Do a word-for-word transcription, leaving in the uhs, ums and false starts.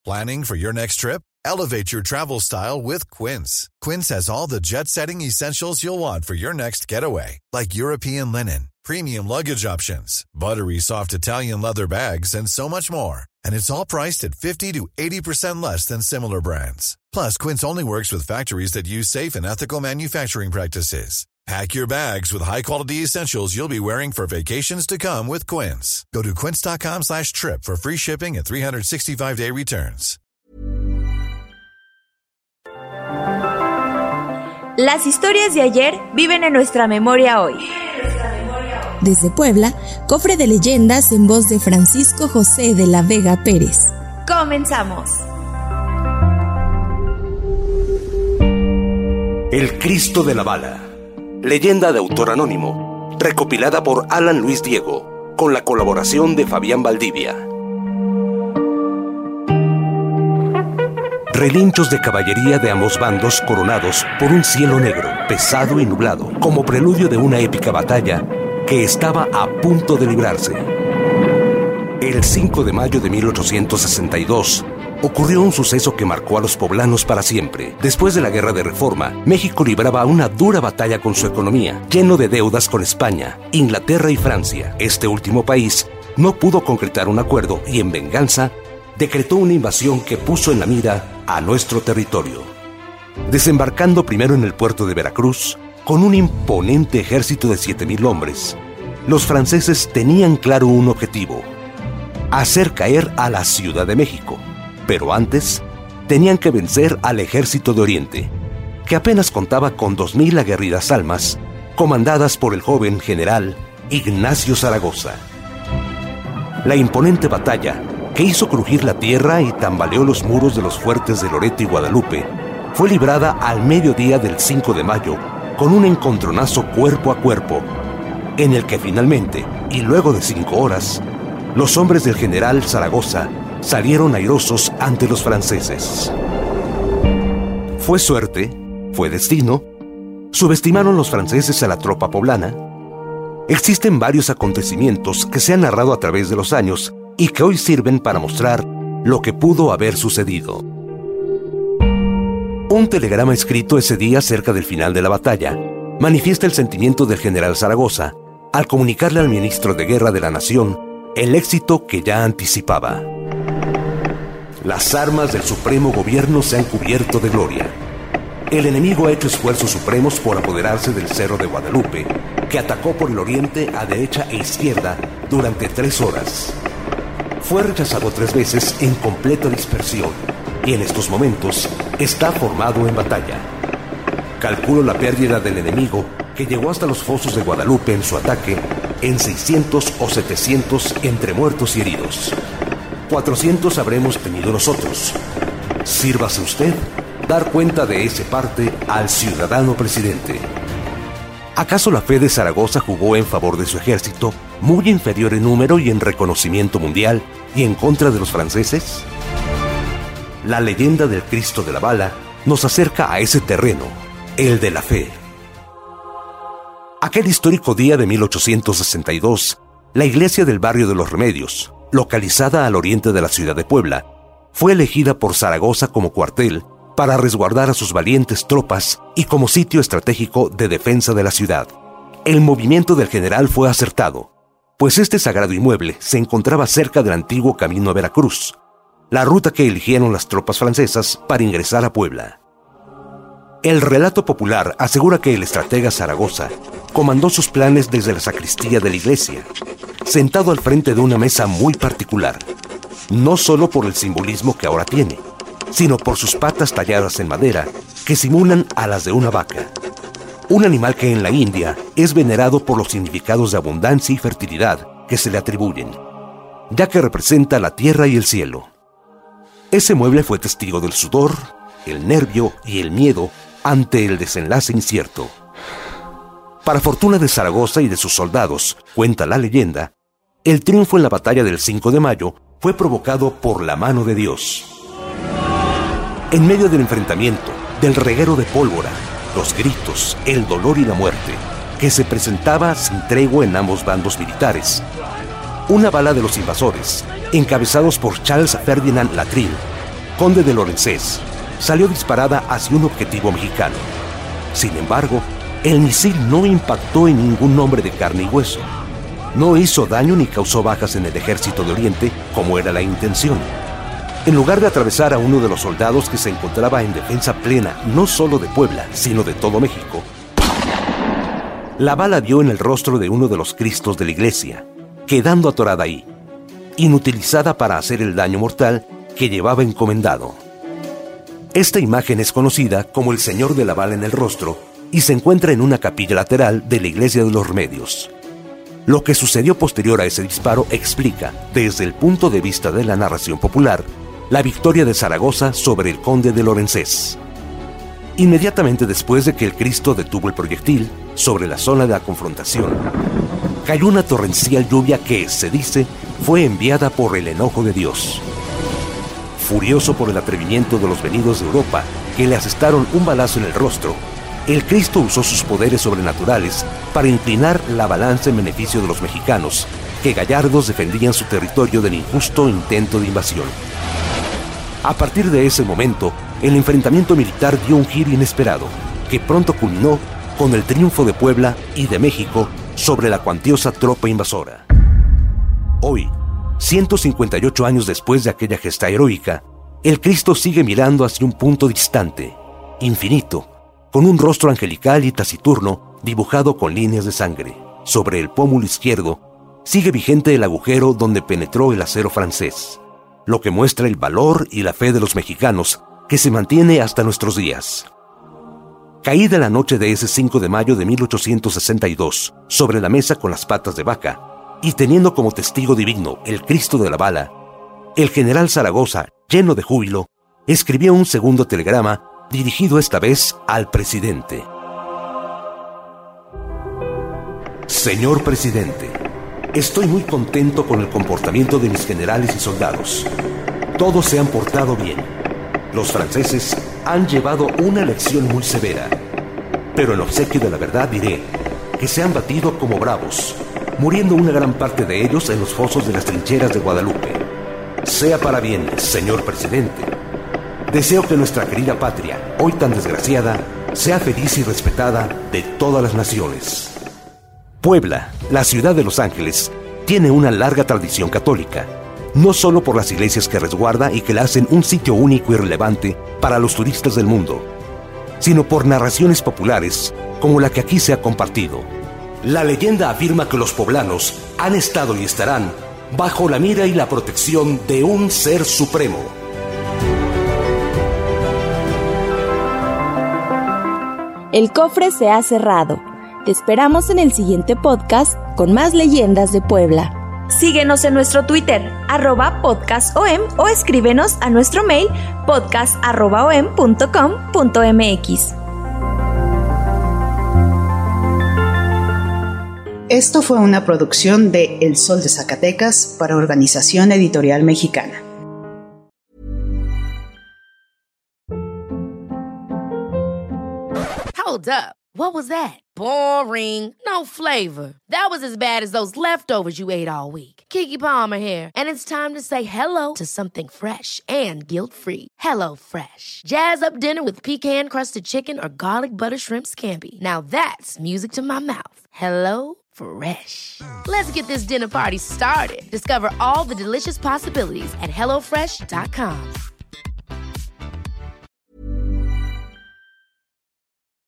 Planning for your next trip? Elevate your travel style with Quince. Quince has all the jet-setting essentials you'll want for your next getaway, like European linen, premium luggage options, buttery soft Italian leather bags, and so much more. And it's all priced at fifty to eighty percent less than similar brands. Plus, Quince only works with factories that use safe and ethical manufacturing practices. Pack your bags with high-quality essentials you'll be wearing for vacations to come with Quince. Go to quince.com slash trip for free shipping and three sixty-five day returns. Las historias de ayer viven en nuestra memoria hoy. Desde Puebla, cofre de leyendas en voz de Francisco José de la Vega Pérez. Comenzamos. El Cristo de la Bala. Leyenda de autor anónimo, recopilada por Alan Luis Diego, con la colaboración de Fabián Valdivia. Relinchos de caballería de ambos bandos coronados por un cielo negro, pesado y nublado, como preludio de una épica batalla que estaba a punto de librarse. El cinco de mayo de mil ochocientos sesenta y dos, ocurrió un suceso que marcó a los poblanos para siempre. Después de la Guerra de Reforma, México libraba una dura batalla con su economía, lleno de deudas con España, Inglaterra y Francia. Este último país no pudo concretar un acuerdo y, en venganza, decretó una invasión que puso en la mira a nuestro territorio. Desembarcando primero en el puerto de Veracruz, con un imponente ejército de siete mil hombres, los franceses tenían claro un objetivo: hacer caer a la Ciudad de México. Pero antes, tenían que vencer al ejército de Oriente, que apenas contaba con dos mil aguerridas almas, comandadas por el joven general Ignacio Zaragoza. La imponente batalla, que hizo crujir la tierra y tambaleó los muros de los fuertes de Loreto y Guadalupe, fue librada al mediodía del cinco de mayo, con un encontronazo cuerpo a cuerpo, en el que finalmente, y luego de cinco horas, los hombres del general Zaragoza salieron airosos ante los franceses. ¿Fue suerte? ¿Fue destino? ¿Subestimaron los franceses a la tropa poblana? Existen varios acontecimientos que se han narrado a través de los años y que hoy sirven para mostrar lo que pudo haber sucedido. Un telegrama escrito ese día cerca del final de la batalla manifiesta el sentimiento del general Zaragoza al comunicarle al ministro de Guerra de la Nación el éxito que ya anticipaba. Las armas del Supremo Gobierno se han cubierto de gloria. El enemigo ha hecho esfuerzos supremos por apoderarse del Cerro de Guadalupe, que atacó por el oriente a derecha e izquierda durante tres horas. Fue rechazado tres veces en completa dispersión y en estos momentos está formado en batalla. Calculo la pérdida del enemigo, que llegó hasta los fosos de Guadalupe en su ataque, en seiscientos o setecientos entre muertos y heridos. cuatrocientos habremos tenido nosotros. Sírvase usted dar cuenta de ese parte al ciudadano presidente. ¿Acaso la fe de Zaragoza jugó en favor de su ejército, muy inferior en número y en reconocimiento mundial, y en contra de los franceses? La leyenda del Cristo de la Bala nos acerca a ese terreno, el de la fe. Aquel histórico día de mil ochocientos sesenta y dos, la iglesia del barrio de los Remedios, localizada al oriente de la ciudad de Puebla, fue elegida por Zaragoza como cuartel para resguardar a sus valientes tropas y como sitio estratégico de defensa de la ciudad. El movimiento del general fue acertado, pues este sagrado inmueble se encontraba cerca del antiguo camino a Veracruz, la ruta que eligieron las tropas francesas para ingresar a Puebla. El relato popular asegura que el estratega Zaragoza comandó sus planes desde la sacristía de la iglesia, sentado al frente de una mesa muy particular, no solo por el simbolismo que ahora tiene, sino por sus patas talladas en madera que simulan a las de una vaca, un animal que en la India es venerado por los significados de abundancia y fertilidad que se le atribuyen, ya que representa la tierra y el cielo. Ese mueble fue testigo del sudor, el nervio y el miedo ante el desenlace incierto. Para fortuna de Zaragoza y de sus soldados, cuenta la leyenda, el triunfo en la batalla del cinco de mayo fue provocado por la mano de Dios. En medio del enfrentamiento, del reguero de pólvora, los gritos, el dolor y la muerte, que se presentaba sin tregua en ambos bandos militares, una bala de los invasores, encabezados por Charles Ferdinand Latreille, conde de Lorenzés, salió disparada hacia un objetivo mexicano. Sin embargo, el misil no impactó en ningún hombre de carne y hueso. No hizo daño ni causó bajas en el ejército de Oriente, como era la intención. En lugar de atravesar a uno de los soldados que se encontraba en defensa plena no solo de Puebla, sino de todo México, la bala dio en el rostro de uno de los Cristos de la iglesia, quedando atorada ahí, inutilizada para hacer el daño mortal que llevaba encomendado. Esta imagen es conocida como el Señor de la Bala en el Rostro y se encuentra en una capilla lateral de la Iglesia de los Remedios. Lo que sucedió posterior a ese disparo explica, desde el punto de vista de la narración popular, la victoria de Zaragoza sobre el conde de Lorenzés. Inmediatamente después de que el Cristo detuvo el proyectil sobre la zona de la confrontación, cayó una torrencial lluvia que, se dice, fue enviada por el enojo de Dios. Furioso por el atrevimiento de los venidos de Europa, que le asestaron un balazo en el rostro, el Cristo usó sus poderes sobrenaturales para inclinar la balanza en beneficio de los mexicanos, que gallardos defendían su territorio del injusto intento de invasión. A partir de ese momento, el enfrentamiento militar dio un giro inesperado, que pronto culminó con el triunfo de Puebla y de México sobre la cuantiosa tropa invasora. Hoy, ciento cincuenta y ocho años después de aquella gesta heroica, el Cristo sigue mirando hacia un punto distante, infinito, con un rostro angelical y taciturno dibujado con líneas de sangre. Sobre el pómulo izquierdo sigue vigente el agujero donde penetró el acero francés, lo que muestra el valor y la fe de los mexicanos que se mantiene hasta nuestros días. Caída la noche de ese cinco de mayo de mil ochocientos sesenta y dos, sobre la mesa con las patas de vaca, y teniendo como testigo divino el Cristo de la Bala, el general Zaragoza, lleno de júbilo, escribió un segundo telegrama dirigido esta vez al presidente. Señor presidente, estoy muy contento con el comportamiento de mis generales y soldados. Todos se han portado bien. Los franceses han llevado una lección muy severa, pero en obsequio de la verdad diré que se han batido como bravos, muriendo una gran parte de ellos en los fosos de las trincheras de Guadalupe. Sea para bien, señor presidente. Deseo que nuestra querida patria, hoy tan desgraciada, sea feliz y respetada de todas las naciones. Puebla, la ciudad de Los Ángeles, tiene una larga tradición católica, no solo por las iglesias que resguarda y que la hacen un sitio único y relevante para los turistas del mundo, sino por narraciones populares como la que aquí se ha compartido. La leyenda afirma que los poblanos han estado y estarán bajo la mira y la protección de un ser supremo. El cofre se ha cerrado. Te esperamos en el siguiente podcast con más leyendas de Puebla. Síguenos en nuestro Twitter, arroba podcastom, o escríbenos a nuestro mail, podcast arroba o m punto com punto m x. Esto fue una producción de El Sol de Zacatecas para Organización Editorial Mexicana. Hold up. What was that? Boring. No flavor. That was as bad as those leftovers you ate all week. Keke Palmer here, and it's time to say hello to something fresh and guilt-free. Hello Fresh. Jazz up dinner with pecan-crusted chicken or garlic butter shrimp scampi. Now that's music to my mouth. Hello Fresh. Let's get this dinner party started. Discover all the delicious possibilities at hello fresh dot com.